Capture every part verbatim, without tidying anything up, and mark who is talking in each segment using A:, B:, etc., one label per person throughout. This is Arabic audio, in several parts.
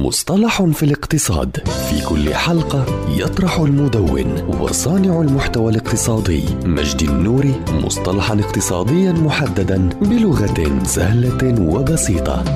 A: مصطلح في الاقتصاد. في كل حلقة يطرح المدون وصانع المحتوى الاقتصادي مجدي النوري مصطلحا اقتصاديا محددا بلغة سهلة وبسيطة.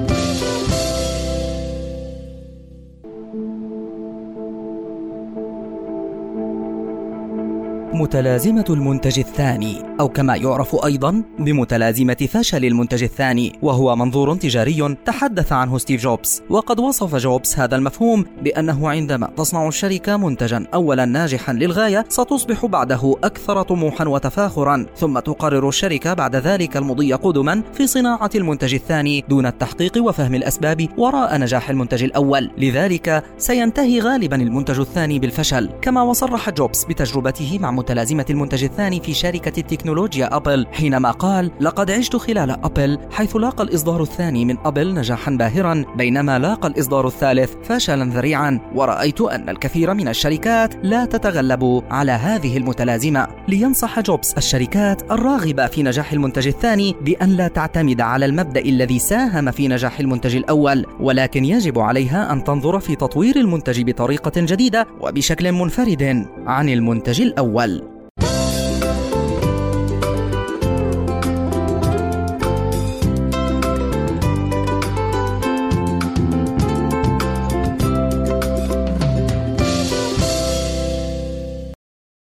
B: متلازمة المنتج الثاني، أو كما يعرف أيضا بمتلازمة فشل المنتج الثاني، وهو منظور تجاري تحدث عنه ستيف جوبز. وقد وصف جوبز هذا المفهوم بأنه عندما تصنع الشركة منتجا أولا ناجحا للغاية ستصبح بعده أكثر طموحا وتفاخرا، ثم تقرر الشركة بعد ذلك المضي قدما في صناعة المنتج الثاني دون التحقيق وفهم الأسباب وراء نجاح المنتج الأول. لذلك سينتهي غالبا المنتج الثاني بالفشل، كما وصرح جوبز بتجربته مع متلازمة المنتج الثاني في شركة التكنولوجيا أبل، حينما قال: لقد عشت خلال أبل حيث لاقى الإصدار الثاني من أبل نجاحا باهرا بينما لاقى الإصدار الثالث فشلا ذريعا، ورأيت أن الكثير من الشركات لا تتغلب على هذه المتلازمة. لينصح جوبز الشركات الراغبة في نجاح المنتج الثاني بأن لا تعتمد على المبدأ الذي ساهم في نجاح المنتج الأول، ولكن يجب عليها أن تنظر في تطوير المنتج بطريقة جديدة وبشكل منفرد عن المنتج الأول.